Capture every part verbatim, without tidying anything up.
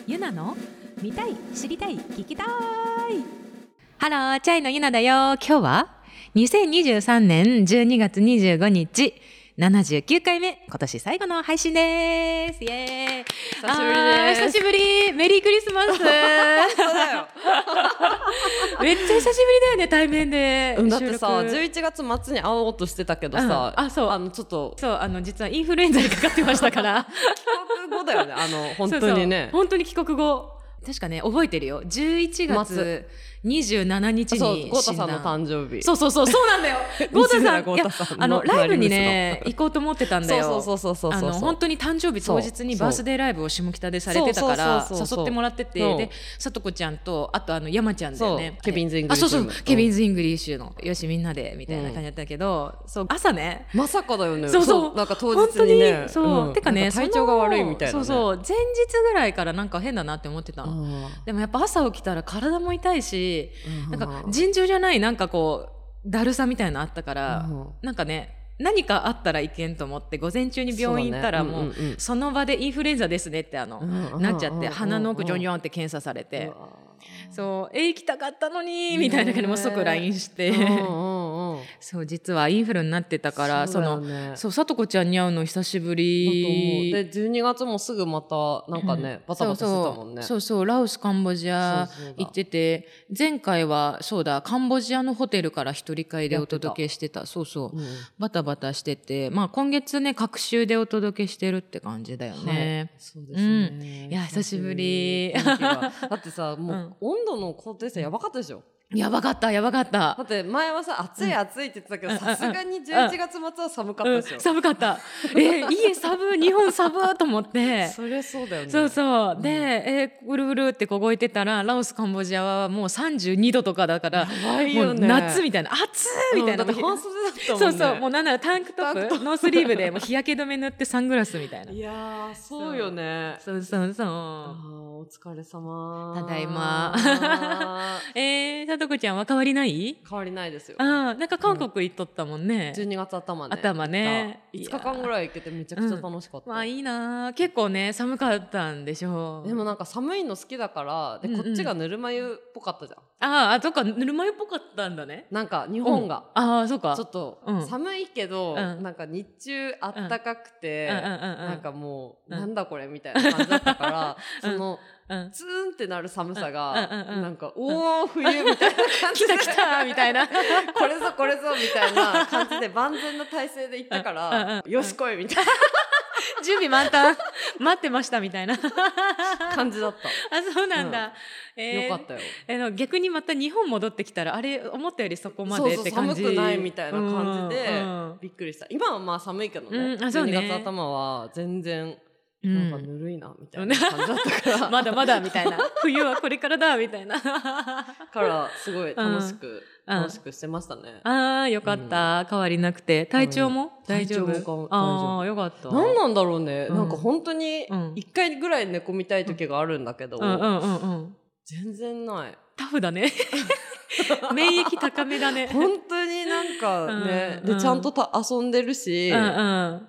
ゆなの見たい知りたい聞きたい。ハロー、チャイのゆなだよ。今日はにせんにじゅうさんねんじゅうにがつにじゅうごにちななじゅうきゅうかいめ、今年最後の配信です。イエーイ。 久しぶりです。 久しぶり。メリークリスマス。 本当だよ。 めっちゃ久しぶりだよね、対面で。 うん、だってさ、じゅういちがつ末に会おうとしてたけどさ、 うん、あ、そう、 あのちょっとそう、あの実はインフルエンザにかかってましたから。 帰国後だよね、あの本当にね。 そうそう、本当に帰国後。確かね、覚えてるよ。じゅういちがつにじゅうしちにちにそう、ゴータさんの誕生日。 そうそうそう、そうなんだよ。ゴータさん、 ゴータさんのあのライブにね行こうと思ってたんだよ。 そうそうそうそうそうそう。 あの本当に誕生日当日にバースデーライブを下北でされてたから誘ってもらってて、でさとこちゃんとあとあの山ちゃんだよね。 ケビンズイングリッシュ。 あ、そうそう、ケビンズイングリッシュのよしみんなでみたいな感じだったけど、そう朝ね。 まさかだよね。 そうそう、 なんか当日にね。 そう、てかね、 体調が悪いみたいな。 そうそう、前日ぐらいからなんか変だなって思ってたの。でもやっぱ朝起きたら体も痛いし、なんか尋常じゃないなんかこうだるさみたいなのあったから、うん、なんかね何かあったらいけんと思って午前中に病院行ったらもうその場でインフルエンザですねってあの、うん、なっちゃって、鼻の奥ジョンジョンって検査されて、そうえ行きたかったのにみたいな感じでもう即 ライン して、そう実はインフルになってたから、そのそうさとこちゃんに会うの久しぶりで、じゅうにがつもすぐまたなんかね、うん、バタバタしてたもんね。 そうそうそう、ラオスカンボジア行ってて、前回はそうだカンボジアのホテルから一人会でお届けしてた。そうそう、うん、バタバタしてて、まあ今月ね隔週でお届けしてるって感じだよね。 はい、そうですね、 うん、いや久しぶり。 だってさ、もう温度の高低差やばかったでしょ。 やばかったやばかった。 だって前はさ暑い暑いって言ってたけど、さすがにじゅういちがつ末は寒かったでしょ、うんうん、寒かった。えー、家寒日本寒と思ってそりゃそうだよね。 そうそう、うん、で、えー、ぐるぐるってこ動いてたらラオスカンボジアはもうさんじゅうにどとかだから、 やばいよね、 もう夏みたいな、暑いみたいな、 うん、だって半袖だったもんね。 そうそう、もうなんならタンクトップノースリーブでもう日焼け止め塗ってサングラスみたいな。 いやそうよね。 そうそうそう、 あお疲れ様。 ただいま。えー、さとこちゃんは変わりない？ 変わりないですよ。 あ、なんか韓国行っとったもんね、うん、 じゅうにがつ頭ね。 頭ね、 いつかかんぐらい行けてめちゃくちゃ楽しかった、 うん、まあいいな。結構ね寒かったんでしょう。 でもなんか寒いの好きだからで、うんうん、こっちがぬるま湯っぽかったじゃん。 ああ、そっか、ぬるま湯っぽかったんだね。 なんか日本が、 うん、ああそうか、 ちょっと寒いけど、うん、なんか日中あったかくて、うん、なんかもう、うん、なんだこれみたいな感じだったから、うん、そのうん、ツーンってなる寒さが、うんうんうん、なんか、うん、おー冬みたいな感じで来た来たみたいなこれぞこれぞみたいな感じで万全な体勢で行ったから、うんうんうん、よし来いみたいな準備満タン待ってましたみたいな感じだった。 あ、そうなんだ、 うん、えー、よかったよ。 えー、逆にまた日本戻ってきたらあれ思ったよりそこまでって感じ。 そうそう、寒くないみたいな感じで、 うんうん、 びっくりした。今はまあ寒いけどね、 うん、あ、そうね、 じゅうにがつ頭は全然なんかぬるいなみたいな感じだったから、うん、 まだまだみたいな冬はこれからだみたいなからすごい楽しく、うん、楽しくしてましたね。 ああよかった、うん、変わりなくて。体調も大丈夫？ 体調もああよかった。 何なんだろうね、うん、なんか本当にいっかいぐらい寝込みたい時があるんだけど、全然ない。 タフだね免疫高めだね本当になんかね、うんうん、でちゃんとた遊んでるし、うんうん、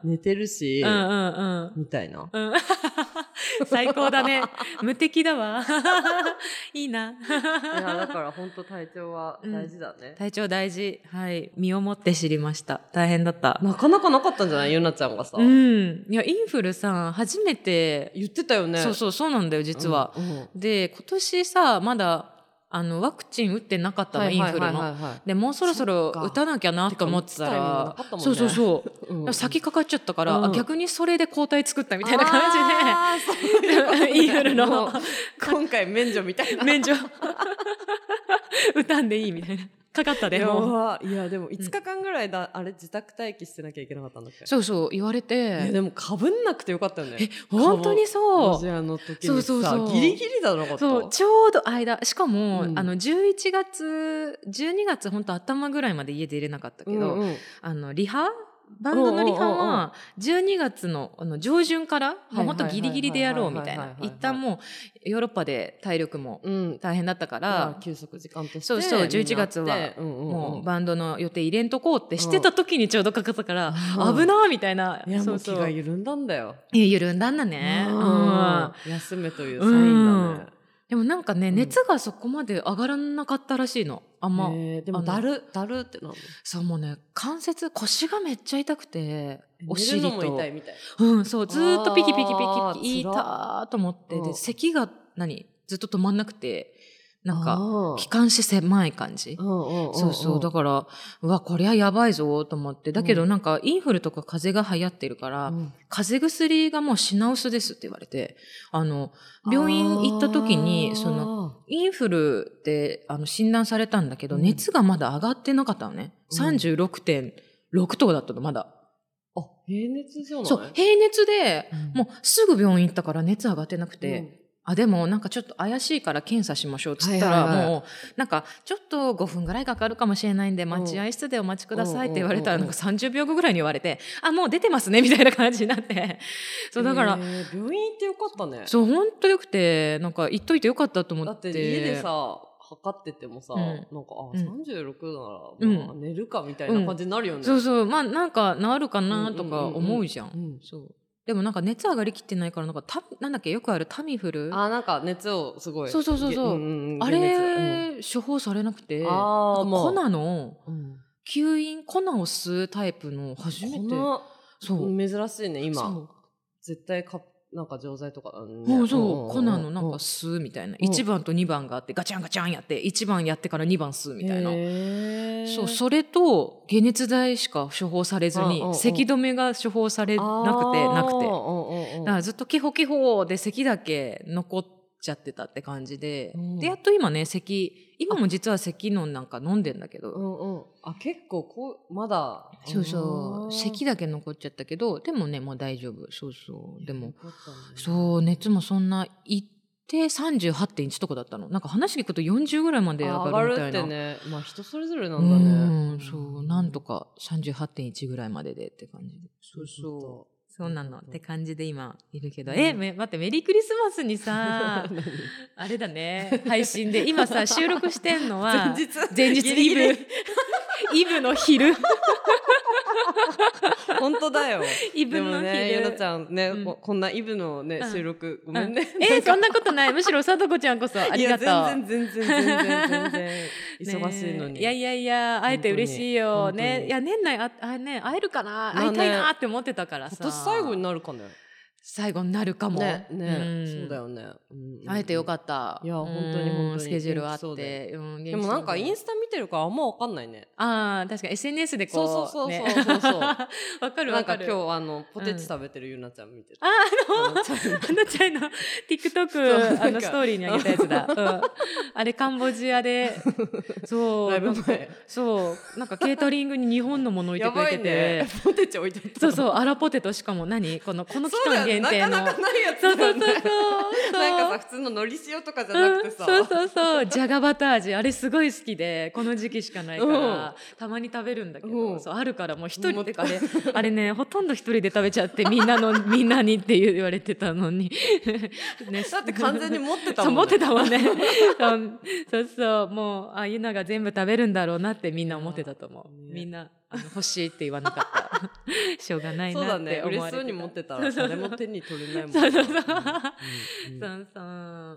寝てるし、うんうんうん、みたいな、うん、 最高だね無敵だわいいな。 いやだから本当体調は大事だね、うん、 体調大事。はい、身をもって知りました。大変だった。 なかなかなかったんじゃない？ゆなちゃんがさ、 うん、いやインフルさ初めて言ってたよね。 そうそうそうなんだよ実は、うんうん、で今年さまだあのワクチン打ってなかったの、はいはいはいはい、インフルの。でもうそろそろ打たなきゃなと思ってたら、ね、そうそうそう、うん、先かかっちゃったから、うん、逆にそれで抗体作ったみたいな感じでインフルの今回免除みたいな免除打たんでいいみたいな。かかったでもいやでもいつかかんぐらいだ、うん、あれ自宅待機してなきゃいけなかったんだっけ。 そうそう言われて。 でもかぶんなくてよかったよね。 え本当にそう。 ロジアの時にさ、そうそうそうギリギリだなかった。 そうちょうど間しかも、うん、あのじゅういちがつじゅうにがつ本当頭ぐらいまで家出れなかったけど、うんうん、あのリハバンドのリハはじゅうにがつ の, あの上旬からもうほんとギリギリでやろうみたいな。一旦もうヨーロッパで体力も大変だったから、 うん、休息時間としてそうそうじゅういちがつはもうバンドの予定入れんとこうってしてた時にちょうどかかったから、うん、危なーみたいな。 いやもう気が緩んだんだよ。 いや緩んだんだね、うん、 休めというサインだね、うん、 でもなんかね、うん、熱がそこまで上がらなかったらしいの。あんま、 えー、でもだるだるってなるの。 そうもうね関節腰がめっちゃ痛くて、お尻と寝るのも痛いみたい。 うんそうずーっとピキピキピキピキ痛ーと思って、で咳が何ずっと止まんなくて、なんか気管支狭い感じ。そうそうだからうわこりゃやばいぞと思って、だけどなんかインフルとか風邪が流行ってるから、うん、風邪薬がもう品薄ですって言われて、あの病院行った時にそのインフルってあの診断されたんだけど、うん、熱がまだ上がってなかったのね、うん、さんじゅうろくてんろく とかだったのまだ。 あ平熱じゃない？ そう平熱で、うん、もうすぐ病院行ったから熱上がってなくて、うんあでもなんかちょっと怪しいから検査しましょうっつったら、はいはいはい、もうなんかちょっとごふんぐらいかかるかもしれないんで待合室でお待ちくださいって言われたら、なんかさんじゅうびょうごぐらいに言われて、あもう出てますねみたいな感じになってそうだから、 えー、病院行ってよかったね。 そうほんとよくて、なんか行っといてよかったと思って。 だって家でさ測っててもさ、うん、なんかあ、うん、さんじゅうろくどなら、まあ、寝るかみたいな感じになるよね、 うん、そうそうまあなんか治るかなとか思うじゃん、うんうんうんうん、そうでもなんか熱上がりきってないからなんかたなんだっけよくあるタミフル、 あなんか熱をすごいそうそうそうそう、うんうん、あれ、うん、処方されなくて、あなんか粉の、うん、吸引粉を吸うタイプの初めて。 そう珍しいね今。絶対かなんか錠剤とか、 ね、そうそう粉のなんか吸うみたいな、いちばんとにばんがあってガチャンガチャンやっていちばんやってからにばん吸うみたいな。そうそれと解熱剤しか処方されずに、咳止めが処方されなくてなくて、だからずっとキホキホで咳だけ残っちゃってたって感じで、うん、でやっと今ね咳今も実は咳のなんか飲んでんだけど、 うんうん、あ結構こうまだそうそう咳だけ残っちゃったけど、でもねもう大丈夫。そうそうでも、ね、そう熱もそんないってさんじゅうはってんいちとかだったの。なんか話聞くとよんじゅうぐらいまで上がるみたいな。 上がるってね、まあ人それぞれなんだね。 うんそうなんとか さんじゅうはってんいち ぐらいまででって感じで、そうそうそうなのって感じで今いるけど、うん、え待ってメリークリスマスにさあれだね配信で今さ収録してんのは前日前日イブイブの昼本当だよ。 イブの昼。でもねゆなちゃんね、うん、こんなイブのね、うん、収録ごめんね、 うん、えー、そんなことない。むしろさとこちゃんこそありがとう。いや全然全然全然全然忙しいのに、ね、 いやいやいや会えて嬉しいよね。いや年内ああ、ね、会えるかな、会いたいなって思ってたからさ、 今年最後になるかね。 最後になるかもね、ね、うん、そうだよね、 うん、会えてよかった。 いや本当に本当にスケジュールあって、 うん、でもなんかインスタ見てるからあんま分かんないね。 ああ確かに エスエヌエス でこうそうそうそうそうそうそう分かる分かる。 なんか今日あのポテチ食べてるゆなちゃん見てる、 うん、ああのあのちゃいの TikTok あのストーリーにあげたやつだ、うん、あれカンボジアでそうライブ前そうなんかケータリングに日本のもの置いてくれてて、 やばいね、ポテチ置いてた。 そうそうアラポテトしかも何このこの期間限定のなかなかないやつだよね。そうそうそうそうなんかさ普通ののり塩とかじゃなくてさ、 うん、そうそうそうじゃがバター味あれすごい好きでこの時期しかないから、うん、たまに食べるんだけど、うん、そうあるからもう一人であれあれねほとんど一人で食べちゃってみんなのみんなにって言われてたのにね、だって完全に持ってたもんね。 そう持ってたもんねそうそうもうあゆなが全部食べるんだろうなってみんな思ってたと思う、ね、みんなあの欲しいって言わなかったしょうがないなって思われてた。 そうだね嬉しそうに持ってたら誰も手に取れないもんそうそうそう、うんうん、そうそう、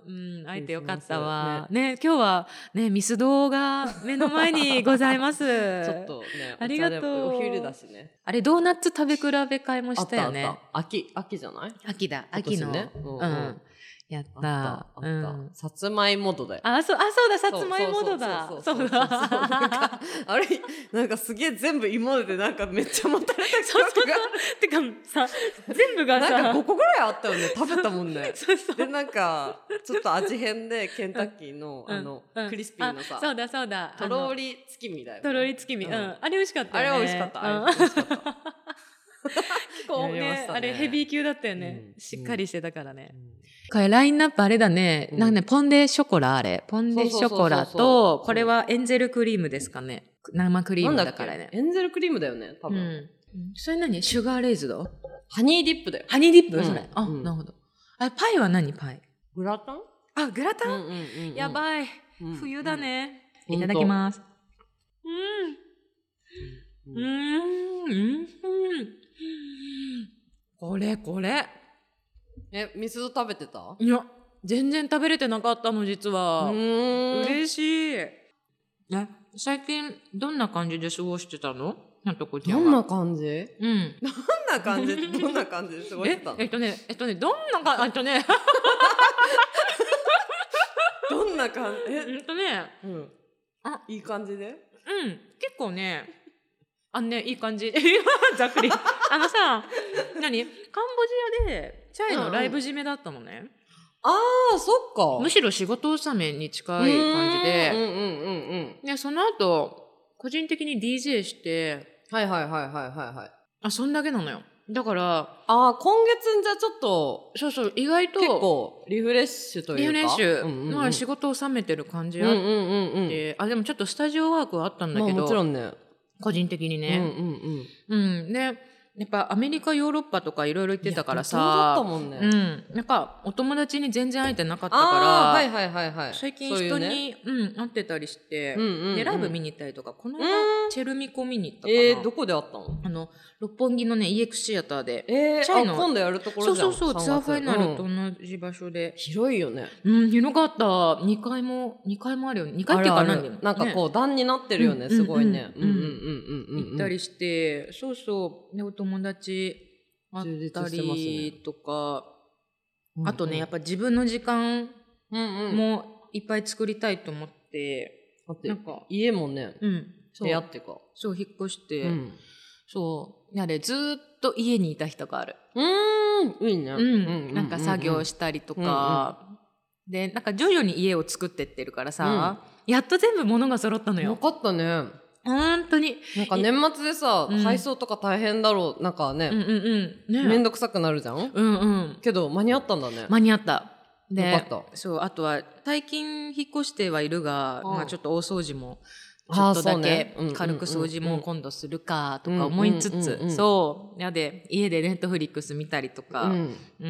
うん、会えてよかったわ ね, ね今日はねミスドが目の前にございますちょっとねありがとう。 お昼だしね。 あれドーナツ食べ比べ会もしたよね。 あったあった秋秋じゃない？ 秋だ秋のね、うん、うん、やったあったあった、うん、さつまいもどだよ。 あそうあそうださつまいもどだそうだあれなんかすげえ全部芋でなんかめっちゃもたれた記憶がてかさ全部がさなんかごこぐらいあったよね。食べたもんねそうそうでなんかちょっと味変でケンタッキーの、うん、あの、うん、クリスピーのさそうだそうだとろり月見だよ、ね、 とろり月見、うん、あれ美味しかったよね。 あれ美味しかった、あれ美味しかった結構 ね, ねあれヘビー級だったよね、うん、しっかりしてたからね、うん、これラインナップあれだね、うん、なんかねポンデショコラあれポンデショコラとこれはエンゼルクリームですかね。生クリームだからね。 エンゼルクリームだよね多分、 うん、 それ何？シュガーレイズド？ ハニーディップだよ。 ハニーディップ、うん、それ。あ、 うん、 なるほど。あ、パイは何パイ？ グラタン？ あ、グラタン、 うんうんうんうん、 やばい。 うん、 冬だね、 うん。 いただきます。うん。うん。うん。うん。これこれ。 え、みすず食べてた？ いや、全然食べれてなかったの、実は。 うーん。 嬉しい。え、最近どんな感じで過ごしてたの？なんとこちゃんは。 どんな感じ？ うん。 どんな感じ？どんな感じで過ごしてたの？ え、えっとね、えっとね、どんなか、えっとね。 どんな感じ？ えっとね、 うん。あ、いい感じで？うん、 結構ね、あのね、いい感じ。ざっくり。あのさ、何？カンボジアでチャイのライブ締めだったのね。うんうん、 ああ、そっか。 むしろ仕事納めに近い感じで、 うんうんうんうんで、その後、個人的に ディージェー して、 はいはいはいはいはいはい。 あ、そんだけなのよ。だから、 ああ、今月じゃちょっと、 そうそう、意外と、 結構リフレッシュというか。 リフレッシュ。 うんうんうん、 まあ仕事を収めてる感じあって、うんうんうんうん、あ、でもちょっとスタジオワークはあったんだけど、まあ、 もちろんね。 個人的にね。うんうんうん。うん。で、やっぱアメリカヨーロッパとかいろいろ行ってたからさ、 だったもんね。 うん。なんかお友達に全然会えてなかったから、 はいはいはいはい、 最近人にう、ね、うん、会ってたりして、うんうんうん、でライブ見に行ったりとか、この間チェルミコ見に行ったかな。 えー、どこで会ったの？ あの六本木のね イーエックス シアターで、 えー、 チャイの今度やるところじゃん。 そうそうそう、ツアーファイナルと同じ場所で、うん、 広いよね。 うん、広かった。にかいもにかいもあるよね。にかいっていうか何でもなんかこう段になってるよね、すごいね。うんうんうんうん。 行ったりして、そうそうでお友達あったりとか、ね、あとね、うんうん、やっぱ自分の時間もいっぱい作りたいと思って、 うんうん、なんか家もね、うん、部屋っていうか、 そう引っ越して、うん、そうやれずっと家にいた人がある。 うーん、いいね。 うん、なんか作業したりとか、うんうん、でなんか徐々に家を作ってってるからさ、うん、やっと全部物が揃ったのよ。 よかったね。 本当になんか年末でさ、うん、配送とか大変だろう、なんかね、うんうんうんね、めんどくさくなるじゃん、うんうん、けど間に合ったんだね。 間に合った。で、 よかった。 そう、あとは最近引っ越してはいるが、まあ、ちょっと大掃除もちょっとだけ軽く掃除も今度するかとか思いつつ、そうやで家でネットフリックス見たりとか、うんうん、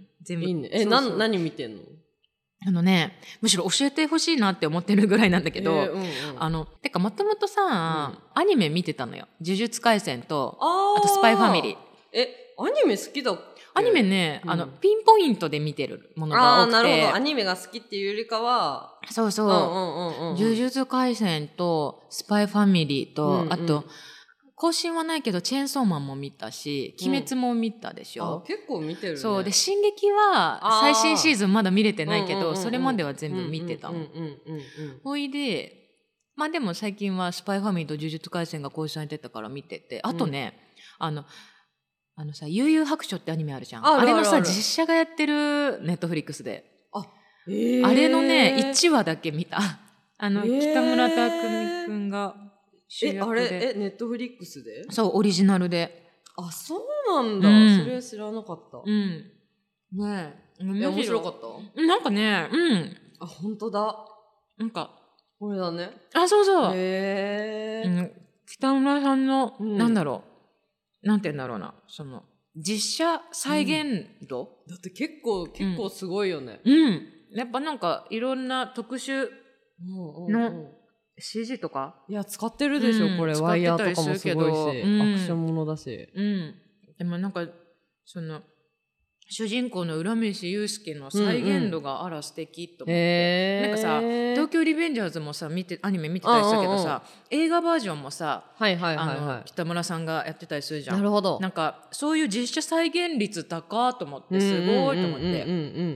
全部いいね。え、そうそう、な何見てんの？ あのね、むしろ教えてほしいなって思ってるぐらいなんだけど、えーうんうん、あのてかもともとさ、うん、アニメ見てたのよ。呪術廻戦と あ, あとスパイファミリー。 え、アニメ好きだっけ？ アニメね、うん、あのピンポイントで見てるものが多くて。あ、なるほど。 アニメが好きっていうよりかは、 そうそう、うんうんうんうん、呪術廻戦とスパイファミリーと、うんうん、あと更新はないけどチェーンソーマンも見たし、鬼滅も見たでしょ、うん、 あ、結構見てるね。 そうで、進撃は最新シーズンまだ見れてないけど、うんうんうんうん、それまでは全部見てたの。ほいで、まあでも最近はスパイファミリーと呪術廻戦が更新されてたから見てて、あとね、うん、あのあのさ、悠々白書ってアニメあるじゃん。 あ, あれのさ、実写がやってるネットフリックスで、あ、えー、あれのねいちわだけ見た。あの、えー、北村匠海くんが主役で。 え、あれ、え、ネットフリックスで？ そう、オリジナルで。 あ、そうなんだ、うん、それは知らなかった。 うん。ねえ、 面白かった？ なんかね、うん。 あ、本当だ。 なんかこれだね。 あ、そうそう。 へー、うん、 北村さんの、うん、なんだろう、なんて言うんだろうな、その実写再現度、 うん、だって結構結構すごいよね。 うん、うん、やっぱなんかいろんな特殊の シージー とか、 いや使ってるでしょ、うん、これワイヤーとかもすごいし、うん、アクションものだし、 うん、でもなんかその主人公の浦飯祐介の再現度があら素敵と思って、うんうん、なんかさ東京リベンジャーズもさ見てアニメ見てたりしたけどさ、映画バージョンもさ、はいはいはいはい、あの北村さんがやってたりするじゃん。 なるほど。 なんかそういう実写再現率高と思って、すごいと思って、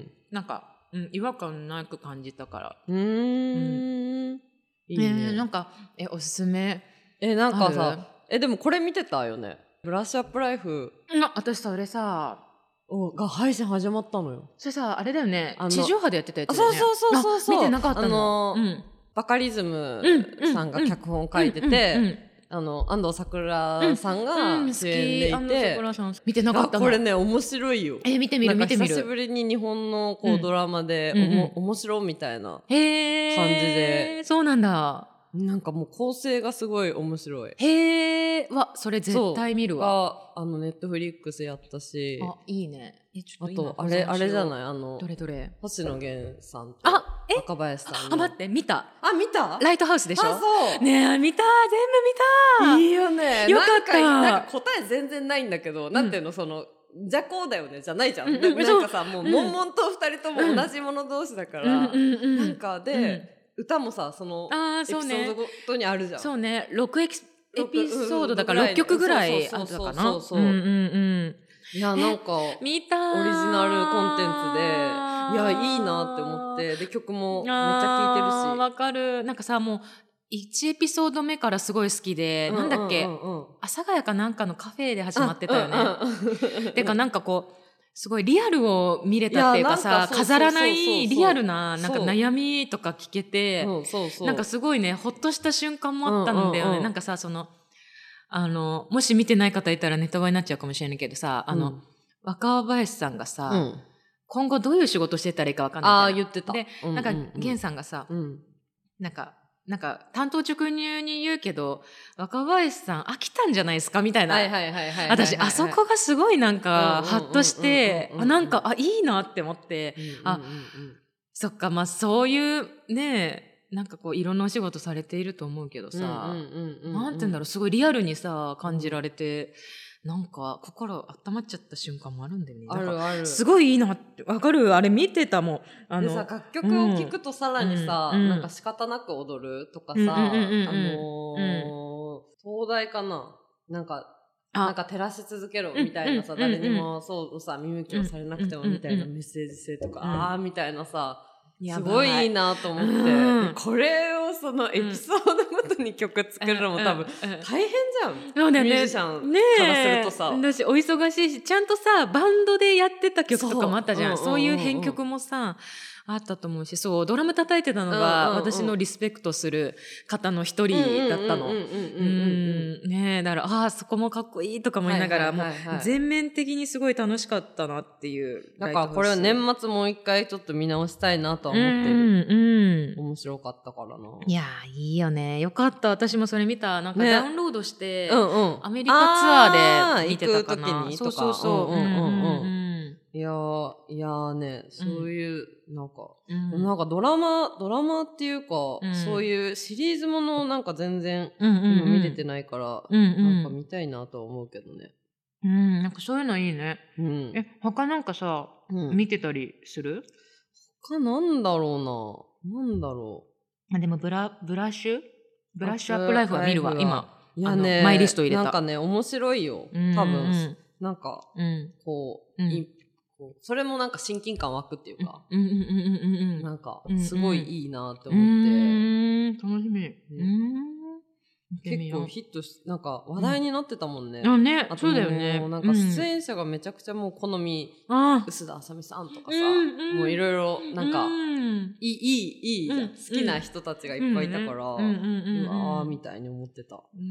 なんか、うん、違和感なく感じたから。うーん、うん、いいね。ね、なんかえおすすめえ、なんかさ、えでもこれ見てたよね、ブラッシュアップライフ。 あ、私さ、俺さが配信始まったのよ。 それさ、あれだよね、地上波でやってたやつだよね。 そうそうそうそう、 見てなかったの。 あのーうん、バカリズムさんが脚本を書いてて、あの安藤サクラさんが主演でいて、うんうん、安藤サクラさん見てなかったの。 これね面白いよ。 えー、見てみる見てみる。 久しぶりに日本のこう、うん、ドラマでおも、うんうん、面白みたいな感じで。 へー、そうなんだ。 なんかもう構成がすごい面白い。 へー、わ、それ絶対見るわ。 あのネットフリックスやったし、 あ、いいね。え、ちょっとあとあれあれじゃない、あのどれどれ、 星野源さんとあ、え、 若林さんの、 あ、待って、見た。 あ、見た？ ライトハウスでしょ。 あ、そうねえ、見た、全部見た。 いいよね。 よかった。 なんか、なんか答え全然ないんだけど、うん、なんていうの、そのじゃこうだよねじゃないじゃん、うん、なんかさ、もう悶々と二人とも同じ者同士だから、うん、なんかで、うん、歌もさ、そのエピソードごとにあるじゃん。 そうね、ろくエピソードだからろっきょくぐらいあったかな。そうそうそうそう、うんうんうん、 いや、なんか見たオリジナルコンテンツで、いや、いいなって思って、で曲もめっちゃ聴いてるし。 わかる。なんかさ、もういちエピソード目からすごい好きで、うんうんうんうん、なんだっけ、阿佐ヶ谷かなんかのカフェで始まってたよね。うんうん、てかなんかこうすごいリアルを見れたっていうかさ、飾らないリアルななんか悩みとか聞けて、なんかすごいね、ほっとした瞬間もあったんだよね。うんうんうん、なんかさ、そのあのもし見てない方いたらネタバレになっちゃうかもしれないけどさ、あの、うん、若林さんがさ、うん、今後どういう仕事してたらいいか分かんない。 ああ、言ってた。 で、うんうんうん、なんか源さんがさ、うん、なんかなんか担当直入に言うけど、若林さん飽きたんじゃないですかみたいな。私あそこがすごいなんかハッとして、あ、なんかあいいなって思って、うんうんうんうん、あ、そっか、まあそういうね、なんかこういろんなお仕事されていると思うけどさ、なんて言うんだろう、すごいリアルにさ感じられて、なんか心温まっちゃった瞬間もあるんでね。 あるある。 すごいいいなってわかる。あれ見てたもん。あのでさ、楽曲を聴くとさらにさ、うん、なんか仕方なく踊るとかさ、うんうんうんうん、あのーうん、東大かな、なんかなんか照らし続けろみたいなさ、うん、誰にもそうさ見向きをされなくてもみたいなメッセージ性とか、うん、あーみたいなさ、すごいいいなと思って、うん、これをそのエピソードごとに曲作るのも多分大変じゃん、うんうん、ミュージシャンからするとさ、 ね、私お忙しいし、ちゃんとさバンドでやってた曲とかもあったじゃん。そう、うんうんうんうん、そういう編曲もさあったと思うし、そうドラム叩いてたのが私のリスペクトする方の一人だったの。ねえ、だからああそこもかっこいいとかも言いながら、もう全面的にすごい楽しかったなっていう。 だからこれは年末もう一回ちょっと見直したいなとは思ってる。うんうん、面白かったからな。 いやいいよね、よかった。私もそれ見た。なんかダウンロードして、ね、うんうん、アメリカツアーで見てたかな。 行く時にとか。そうそうそう。うんうんうん。いやー、いやーね、そういう、うん、なんか、うん、なんかドラマ、ドラマっていうか、うん、そういうシリーズものなんか全然、うんうんうん、見れてないから、うんうん、なんか見たいなとは思うけどね。 うん、なんかそういうのいいね。うん、え、他なんかさ、うん、見てたりする？ 他なんだろうな。なんだろう。あ、でもブラ、ブラッシュブラッシュアップライフは見るわ、今。 いやね、 マイリスト入れた。 なんかね、面白いよ。多分、うんうん、なんか、うん、こう、うんそれもなんか親近感湧くっていうか、うんうんうんうんうん、なんかすごいいいなって思って、うん、 楽しみ、うん、 結構ヒットし、なんか話題になってたもんね。 うん、あね、あそうだよね。 なんか出演者がめちゃくちゃもう好み、うん、臼田あさみさんとかさ、うんうん、もういろいろなんか、うん、いいいいいいじゃん、うん、好きな人たちがいっぱいいたから、うわーみたいに思ってた。 うん、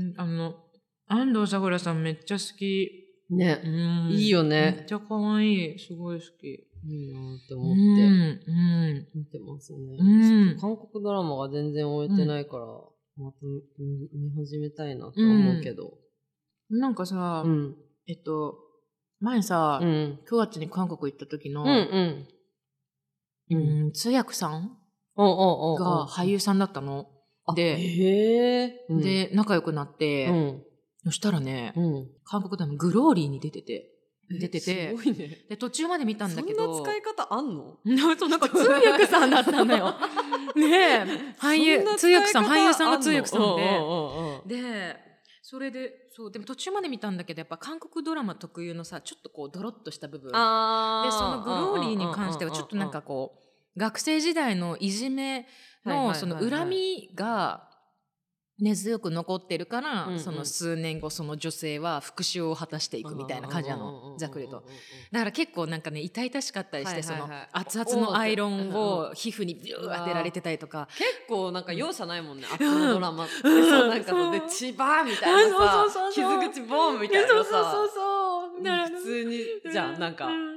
あの安藤サクラさんめっちゃ好き。 ね、うん、いいよね。 めっちゃ可愛い、すごい好き。いいなって思って、うんうん、見てますね、うん。韓国ドラマが全然終えてないから、うん、また 見, 見始めたいなと思うけど。 うん、なんかさ、うん、えっと前さ、うん、くがつに韓国行った時の、うんうんうん、通訳さんが俳優さんだったの。で、へー、で仲良くなって。うんそしたらね、うん、韓国でもグローリーに出てて、出てて、 すごいね。 で途中まで見たんだけど、 そんな使い方あんの？ そうなんか通訳さんだったんだよ。ねえ、俳優通訳さん俳優さんが通訳さんで、でそれでそうでも途中まで見たんだけどやっぱ韓国ドラマ特有のさちょっとこうドロッとした部分、あでそのグローリーに関してはちょっとなんかこう学生時代のいじめのその恨みが根強く残ってるから、うんうん、その数年後その女性は復讐を果たしていくみたいな感じなの、ざっくりと。だから結構なんかね痛々しかったりして、はいはいはい、その熱々のアイロンを皮膚にビュー当てられてたりとか、 結構なんか容赦ないもんね、あっちのドラマって、うん、そうなんかので千葉みたいなさ、傷口ボーンみたいなさ、そうそうそうそう普通にじゃんなんか。うん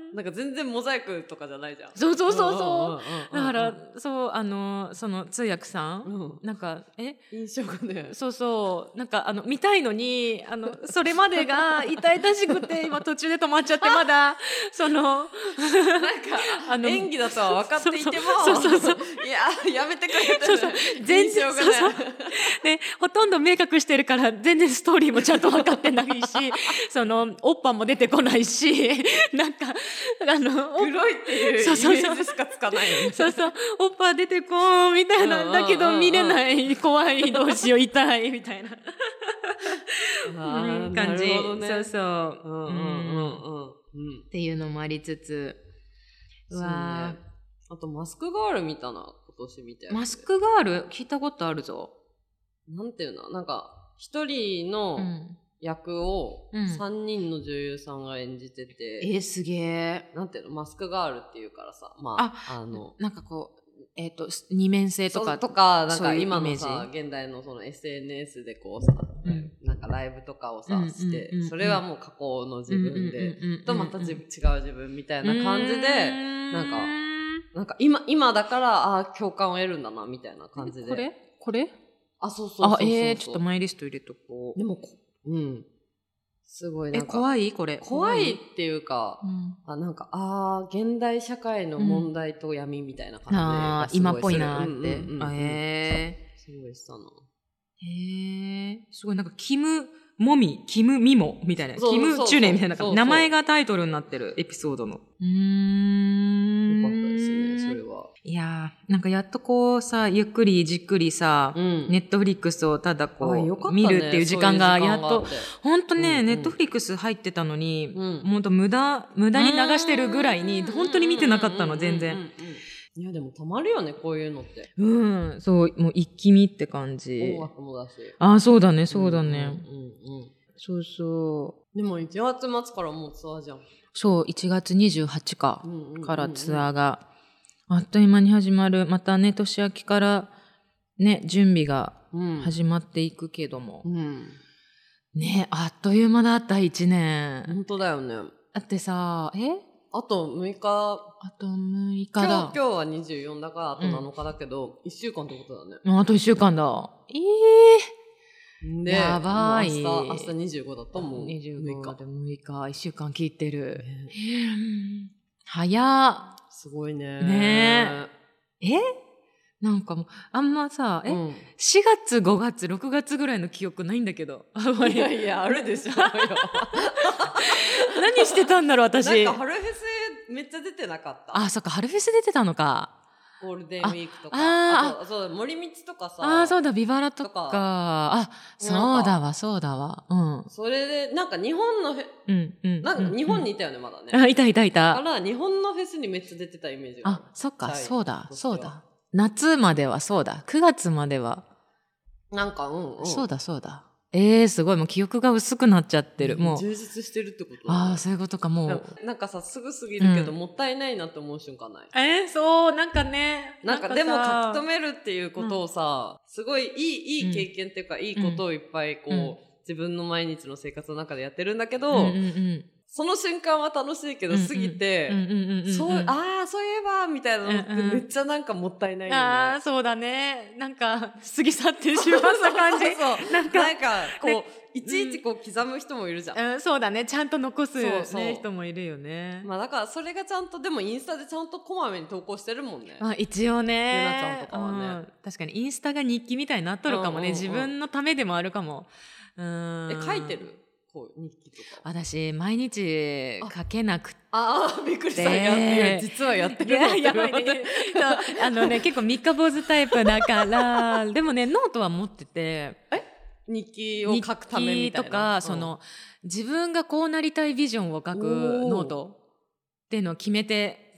なんか全然モザイクとかじゃないじゃん。 そうそうそうそう。だからそうあのその通訳さん、うん、なんかえ印象がね。 そうそうなんかあの見たいのにあのそれまでが痛々しくて今途中で止まっちゃってまだそのなんかあの演技だとは分かっていてもそうそうそういややめてくれてそうそう全然そうそうでほとんど明確してるから全然ストーリーもちゃんと分かってないしそのおっぱも出てこないしなんかあの黒いっていうイメージしかつかないよね。 そうそうおっぱ出てこんみたいなんだけど見れない怖いどうしよう痛いみたいなあ感じ、 ね、 そうそううんうんうんうんっていうのもありつつうわ、 ね、あとマスクガール見たな今年見て。 マスクガール聞いたことあるぞ。 なんていうのなんか一人の、うん役をさんにんの女優さんが演じてて、 うん、えー、すげえ。 なんていうのマスクガールっていうからさ、まあ、あ、あのなんかこう、えっ、ー、と、二面性とか。 とか、なんか今のさ、現代のその エスエヌエス でこうさ、うん、なんかライブとかをさ、うん、して、うん、それはもう過去の自分で、とまた違う自分みたいな感じで、なんか、なんか今、今だから、ああ、共感を得るんだな、みたいな感じで。 これこれあ、そうそうそうそう。あ、 えー、ちょっとマイリスト入れとこう。 でも、うん。すごいなんか。 え、怖いこれ。 怖いっていうか、うん、あなんか、ああ、現代社会の問題と闇みたいな感じで、うん、 ああ、今っぽいなーって。うんうんうん、へえ。すごいしたな。 へえ。すごいなんか、キム・モミ、キム・ミモみたいな。キム・チュネみたいな。名前がタイトルになってるエピソードの。うーん。 よかったですね、それは。 いやー、なんかやっとこうさ、ゆっくりじっくりさ、ネットフリックスをただこう、ね、見るっていう時間がやっと、ほんとね、ネットフリックス入ってたのに、うん、ほんと無駄、無駄に流してるぐらいに、ほんとに見てなかったの、全然。 いやでもたまるよねこういうのって。 うん、そう、もう一気見って感じ。 音楽もだし。 ああ、そうだね、そうだね。うんうんうん、そうそう。 でもいちがつ末からもうツアーじゃん。 そう、いちがつにじゅうはちか、からツアーが。あっという間に始まる。またね、年明けからね、準備が始まっていくけども。うん、ね、あっという間だった、いちねん。 本当だよね。 だってさ、えあとむいか。 あとむいかだ。 今日、今日はにじゅうよっかだから、あとなのかだけど、うん、いっしゅうかんってことだね。 あといっしゅうかんだ。えー。で、やばい。明日、明日にじゅうごだともうにじゅうごでむいか、いっしゅうかん切ってる。ね、早っ。 すごいね。 ねえ。えなんかもう、あんまさ、え、うん、しがつ、ごがつ、ろくがつぐらいの記憶ないんだけど。 いやいや、あるでしょうよ。 何してたんだろう、私。 なんか春フェスめっちゃ出てなかった。 あ、そっか、春フェス出てたのか。 ゴールデンウィークとか。ああ、あと、そう、森道とかさ。 ああ、そうだ、ビバラとか。あ、そうだわ、そうだわ。うん。 それで、なんか日本のフェ、うんうん。なんか日本にいたよね、まだね。 あ、いたいたいた。 だから日本のフェスにめっちゃ出てたイメージがある。 あ、そっか、そうだ、そうだ。夏まではそうだ。くがつまでは。 なんか、うんうん。 そうだ、そうだ。えー、すごい。もう記憶が薄くなっちゃってる。もう。 充実してるってこと、ね、 ああ、そういうことか、もう。 なんかさ、すぐ過ぎるけど、うん、もったいないなって思う瞬間ない？ えー、そう、なんかね。 なんかでも書き留めるっていうことをさ、うん、すごいいい、いい経験っていうか、うん、いいことをいっぱいこう、うん、自分の毎日の生活の中でやってるんだけど、うんうんうんその瞬間は楽しいけど、過ぎて、そう、ああ、そういえば、みたいなのってめっちゃなんかもったいないよね。 ああ、そうだね。なんか、過ぎ去ってしまった感じ。 そうそうそうなんか、なんかこう、ね、いちいちこう刻む人もいるじゃん。 うん、そうだね。ちゃんと残す、ね、そうそう人もいるよね。 まあだからそれがちゃんと、でもインスタでちゃんとこまめに投稿してるもんね。 まあ一応ね。 ゆなちゃんとかはね、 うん。確かにインスタが日記みたいになっとるかもね。うんうんうん、自分のためでもあるかも。うん。 え、書いてる？こう日記とか私毎日書けなくてああびっくりしたやって実はやってるのってやばいねあのね結構三日坊主タイプだからでもねノートは持っててえ日記を書くためみたいなとか、うん、その自分がこうなりたいビジョンを書くノートっていうのを決めて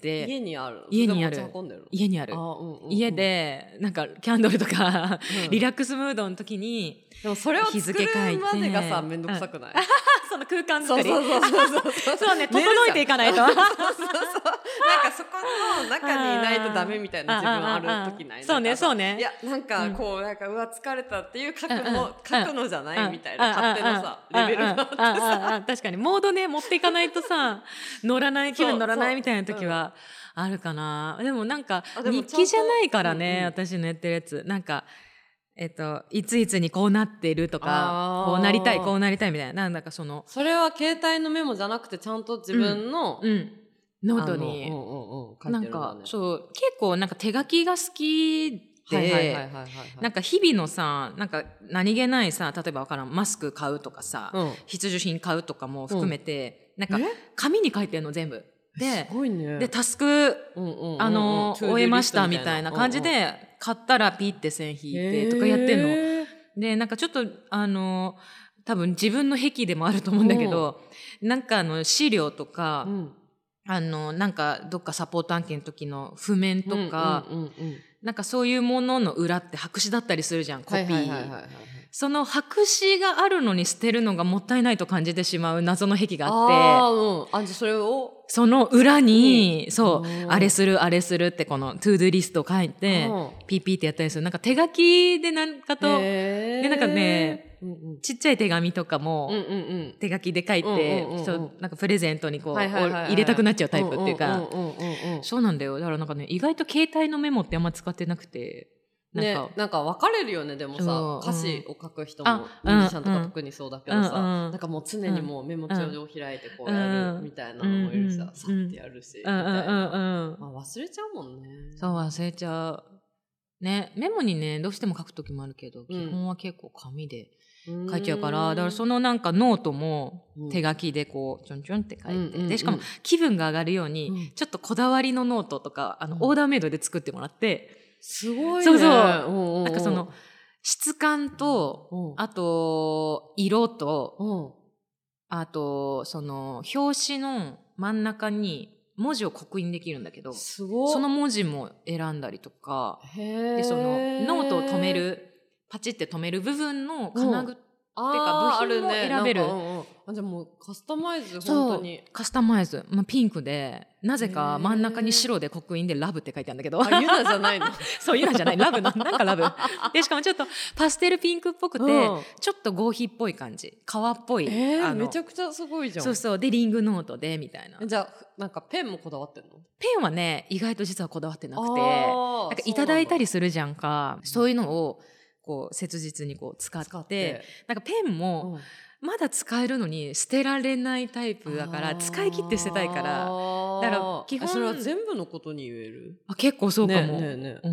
て、 家にある家にある家にある、 あ、うんうんうん、 家でなんかキャンドルとか、うん、リラックスムードの時にでもそれを作るまでがさめんどくさくない？ その空間作りそうそうそうそうそうそうね、整えていかないとそうそうそうなんかそこの中にいないとダメみたいな自分ある時ない？ そうねそうね、 いやなんかこうなんかうわ疲れたっていう書くの書くのじゃないみたいな勝手なさレベルがあってさ、 確かにモードね持っていかないとさ乗らない気分乗らないみたいな時はあるかな。でもなんか日記じゃないからね、うんうん、私のやってるやつなんかえっと、いついつにこうなってるとかこうなりたいこうなりたいみたいな、なんだかそのそれは携帯のメモじゃなくてちゃんと自分の、 うんうん、ノートに、うんうんうん、なんかそう結構なんか手書きが好きで、なんか日々のさなんか何気ないさ例えばわからんマスク買うとかさ、うん、必需品買うとかも含めて、うん、なんか紙に書いてるの全部で、 すごいね、 でタスク、うんうんうんうん、あの終えましたみたいな感じで、うんうん、買ったらピッて線引いてとかやってんので、なんかちょっとあの多分自分の癖でもあると思うんだけど、うん、なんかあの資料とか、うん、あのなんかどっかサポート案件の時の譜面とか、うんうんうんうん、なんかそういうものの裏って白紙だったりするじゃん、コピー、はいはいはいはいはい、その白紙があるのに捨てるのがもったいないと感じてしまう謎の癖があって、 あ、うん、あ、じゃあそれをその裏に、うん、そうあれするあれするってこのトゥードゥリストを書いて、うん、ピーピーってやったりする。なんか手書きでなんかとでなんかね、うんうん、ちっちゃい手紙とかも手書きで書いて、うんうんうん、そうなんかプレゼントにこう、はいはいはいはい、入れたくなっちゃうタイプっていうか、そうなんだよ。だからなんかね意外と携帯のメモってあんま使ってなくて。 なんか、ね、なんか分かれるよね。でもさ、歌詞を書く人もミュージシャンとか特にそうだけどさ、うんうん、なんかもう常にもうメモ帳を開いてこうやるみたいなのもいるしさ、さってやるしみたいな、まあ、忘れちゃうもんね。 そう忘れちゃうね。メモにねどうしても書く時もあるけど、基本は結構紙で書いちゃうから、だからそのなんかノートも手書きでこうちょんちょんって書いて、うんうんうん、でしかも気分が上がるようにちょっとこだわりのノートとかあのオーダーメイドで作ってもらって、 すごいね。 そうそう。なんかその質感と、あと色と、あとその表紙の真ん中に文字を刻印できるんだけど、 すごい。 その文字も選んだりとか、でそのノートを止めるパチって止める部分の金具っていうか部品も選べる。 あ、じゃあもうカスタマイズ本当に。 カスタマイズ、まあ、ピンクでなぜか真ん中に白で刻印でラブって書いてあるんだけど、 あ、ユナじゃないの？ そうユナじゃない、ラブのなんかラブでしかもちょっとパステルピンクっぽくて、うん、ちょっと合皮っぽい感じ、革っぽい、 えー、めちゃくちゃすごいじゃん。 そうそうでリングノートでみたいな。 じゃあなんかペンもこだわってんの？ ペンはね意外と実はこだわってなくて、なんかいただいたりするじゃんか、そういうのをこう切実にこう使って、使ってなんかペンも、うんまだ使えるのに捨てられないタイプだから使い切って捨てたいから、だから基本それは全部のことに言える？ あ結構そうかも、 ねねね、うん、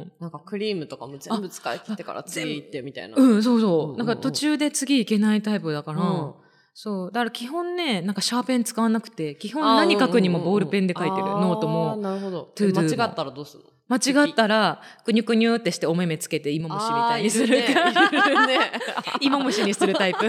なんかクリームとかも全部使い切ってから次行ってみたいな。 うんそうそう、うんうんうん、なんか途中で次行けないタイプだから、うん、そうだから基本ねなんかシャーペン使わなくて基本何書くにもボールペンで書いてる、うんうんうん、ノートも。 なるほど。トゥードゥー間違ったらどうするの？ 間違ったらくにゅくにゅってしてお目目つけて芋虫みたいにするからね、芋虫にするタイプ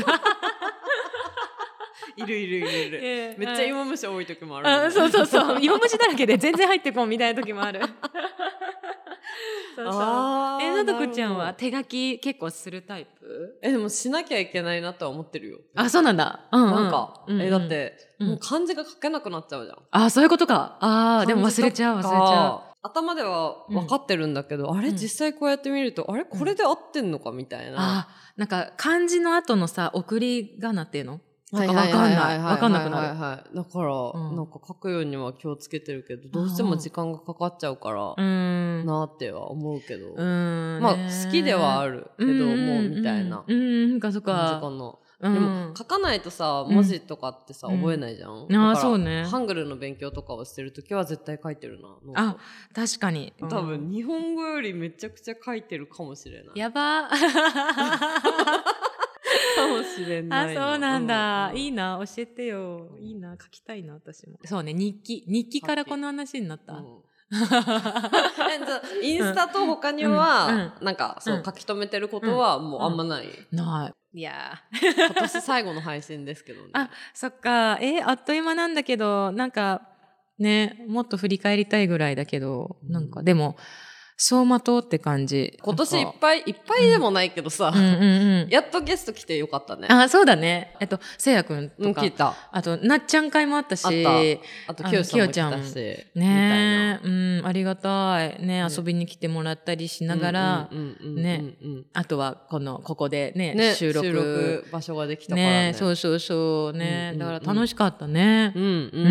いるいるいるいる、えー、めっちゃ芋虫多い時もある、ね、 あそうそうそう芋虫だらけで全然入ってこんみたいな時もあるそうそう。えなとこちゃんは手書き結構するタイプ？ えでもしなきゃいけないなとは思ってるよ。 あそうなんだ、うんうん、 なんか、うんうん、えだって、うん、もう漢字が書けなくなっちゃうじゃん。 あそういうことか。あでも忘れちゃう忘れちゃう。 頭では分かってるんだけど、うん、あれ実際こうやって見ると、うん、あれこれで合ってんのかみたいな、 あなんか漢字の後のさ送り仮名っていうのとか分かんない分かんなくなる。 だから、うん、なんか書くようには気をつけてるけどどうしても時間がかかっちゃうからなっては思うけど、うんまあ好きではあるけどもうみたいなうんかそっかでも書かないとさ文字とかってさ、うん、覚えないじゃん、うん、 あそうね。 ハングルの勉強とかをしてるときは絶対書いてるな。 あ確かに多分日本語よりめちゃくちゃ書いてるかもしれない。 やばかもしれないな。 あそうなんだ、うん、いいな教えてよ。いいな書きたいな私も。そうね日記日記からこの話になった、うんインスタと他には、うん、なんかそう、うん、書き留めてることはもうあんまない、 うん、ない。いや今年最後の配信ですけどね。 あそっかえー、あっという間なんだけどなんかね、もっと振り返りたいぐらいだけど、うん、なんかでも、走馬灯って感じ。 今年いっぱいいっぱいでもないけどさ、うんうんうんうん、やっとゲスト来てよかったね。 あ、そうだね。えっとせいやくんとか、 うん、来た。 あとなっちゃん会もあったし、 あときよちゃんも来たし、 ね、うん、ありがたいね、遊びに来てもらったりしながら、ね、あとはこのここでね、ね収録収録場所ができたからね。 ね、そうそうそうね、うんうんうん、だから楽しかったね。 うんうんうんうん、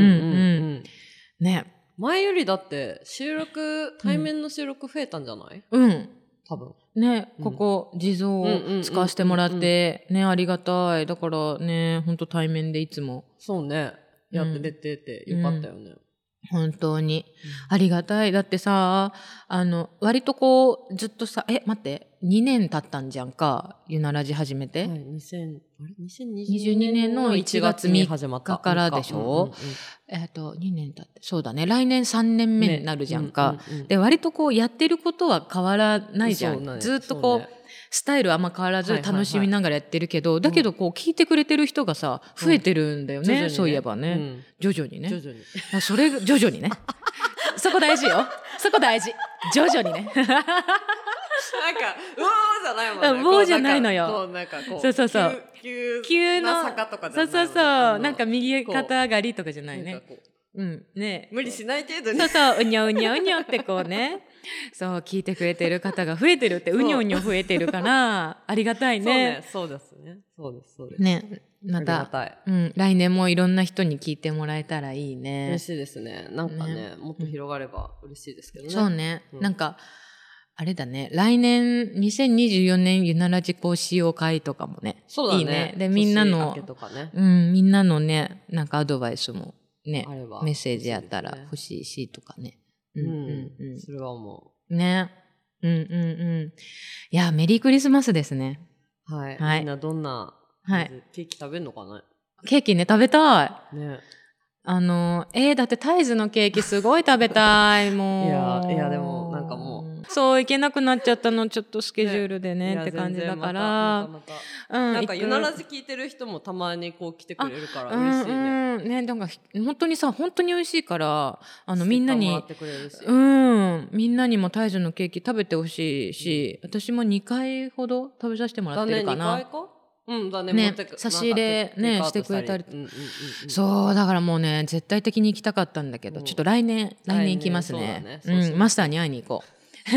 ね。 前よりだって収録対面の収録増えたんじゃない？ うん、 多分ね、ここ地蔵を使わせてもらってね、ありがたい。だからね、本当対面でいつもそうねやって出ててよかったよね、うん、 本当に、うん、ありがたい。だってさ、あの割とこうずっとさ、え待ってにねん経ったんじゃんか、ゆなラジ始めて、はい、 にせんあれにせんにじゅうにねんのいちがつみっかからでしょ、うんうんうん、えっとにねん経って、そうだね、来年さんねんめになるじゃんか、ね、うんうんうん、で割とこうやってることは変わらないじゃん、ね、ずっとこう、ね、スタイルあんま変わらず楽しみながらやってるけど、はいはいはい、だけどこう聞いてくれてる人がさ増えてるんだよね、うん、ね、そういえばね、うん、徐々にね、 徐々にあ、それ徐々にねそこ大事よ、そこ大事、徐々にねなんかうおーじゃないもんね、 うおーじゃないのよ、 そうなんかこうそうそうそう急急な坂とかじゃないもんね、 そうそうそう、なんか右肩上がりとかじゃないね、うんね、 無理しない程度に、 そうそう、うにょうにょうにょってこうねそう聞いてくれてる方が増えてるって、うにょうにょ増えてるからありがたいね。 そうですね、そうですそうですね、また、うん、来年もいろんな人に聞いてもらえたらいいね。 嬉しいですね。なんかね、ね、もっと広がれば嬉しいですけどね。 そうね、うん、なんかあれだね、来年にせんにじゅうよねんゆなラジ講師用会とかもね、 そうだね、 いいね。でみんなの、 ね、 うん、みんなのね、なんかアドバイスもね、メッセージやったら欲しいしとかね。 うんうんうん、それは思う。ね、うんうんうん。いや、メリークリスマスですね。 はい。はい、みんなどんな、はい、ケーキ食べるのかな？ ケーキね、食べたい。ね。 あの、えー、だってタイズのケーキすごい食べたい、もう。 いや、いやでもなんかもう。 そう、行けなくなっちゃったの、ちょっとスケジュールでね、ねって感じだから。 またまたまた、うん、なんか、ゆなラジ聞いてる人もたまにこう来てくれるから嬉しいね。 うん、うん、ね、なんか、本当にさ、本当に美味しいから、あの、みんなに、 うん、みんなにもタイズのケーキ食べてほしいし、うん、私もにかいほど食べさせてもらってるかな。 だね、にかいかうんだね、 ね、差し入れねしてくれたり、うんうんうんうん、そうだからもうね絶対的に行きたかったんだけど、うん、ちょっと来年来年行きますね。うん、マスターに会いに行こう。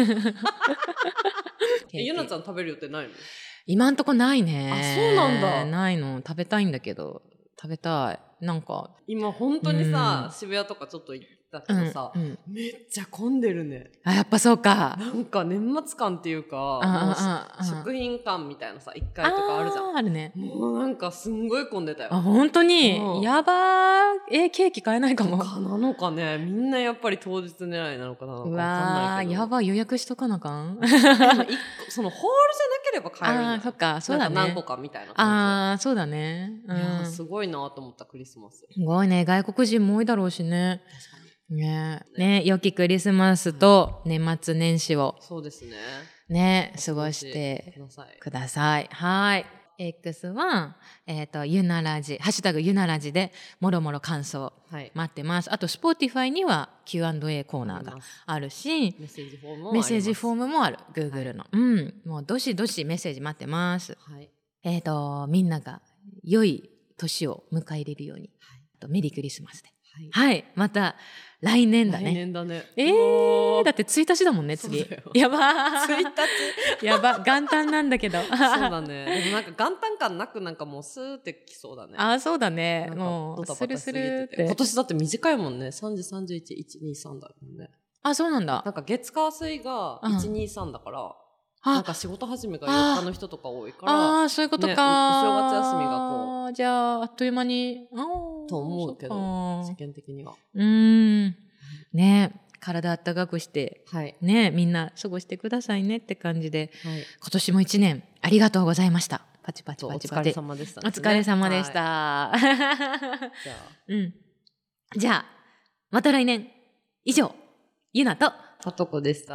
え、ゆなちゃん食べる予定ないの？ 今んとこないね。 あ、そうなんだ。 ないの、食べたいんだけど、食べたい。なんか今本当にさ、うん、渋谷とかちょっと行ったけどさ、うんうん、めっちゃ混んでるね。 あ、やっぱそうか。 なんか年末感っていうか、食品館みたいなさいっかいとかあるじゃん。 あるね。 もうなんかすんごい混んでたよ。 あ、本当に、うん、やばー。えー、ケーキ買えないかも。 かなのかね。みんなやっぱり当日狙いなのかな。うわー、やばい、予約しとかなあかん。 そのホールじゃなければ買えるんだよ。 あ、そっか、そうだね。 何個かみたいな感じ。 ああ、そうだね。 うん、いやすごいなと思ったクリスマス。 すごいね、外国人も多いだろうしね。確かに。ね、ね、良きクリスマスと年末年始を。 そうですね。 ね、過ごしてください。はい。X は、えっと、ゆなラジ、ハッシュタグゆなラジで、もろもろ感想、待ってます。あと、Spotify には キューアンドエー コーナーがあるし、 メッセージフォームもあります。 メッセージフォームもある。Google の。はい、うん。もう、どしどしメッセージ待ってます。はい、えっと、みんなが良い年を迎え入れるように、はい、メリークリスマスで。はい、はい、また来年だね。 来年だね。 えー、だってついたちだもんね、次。やばー。 ついたちやば、元旦なんだけど。 そうだね。でもなんか元旦感なくなんかもうスーってきそうだね。 あ、そうだね。もう、スルスルって。 今年だって短いもんね。さんじさんじゅういち、いちにさんだもんね。 あ、そうなんだ。 なんか月火水がいちにさんだから、なんか仕事始めがよっかの人とか多いから。 ああ、そういうことか、ね。お正月休みがこう。 じゃあ、あっという間に。 と思うけど、世間的には。 うん。ね、体あったかくして、はい、ね、みんな過ごしてくださいねって感じで、はい、今年も一年ありがとうございました。パチパチパチパチ。 お疲れ様でした、 ね。お疲れ様でした。はい、じゃあ、うん。じゃあ、また来年。以上、ゆなと、 さとこでした。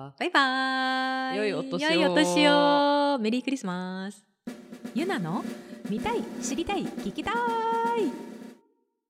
バイバーイ。 良いお年を。 良いお年を。メリークリスマス。ゆなの見たい、知りたい、聞きたい。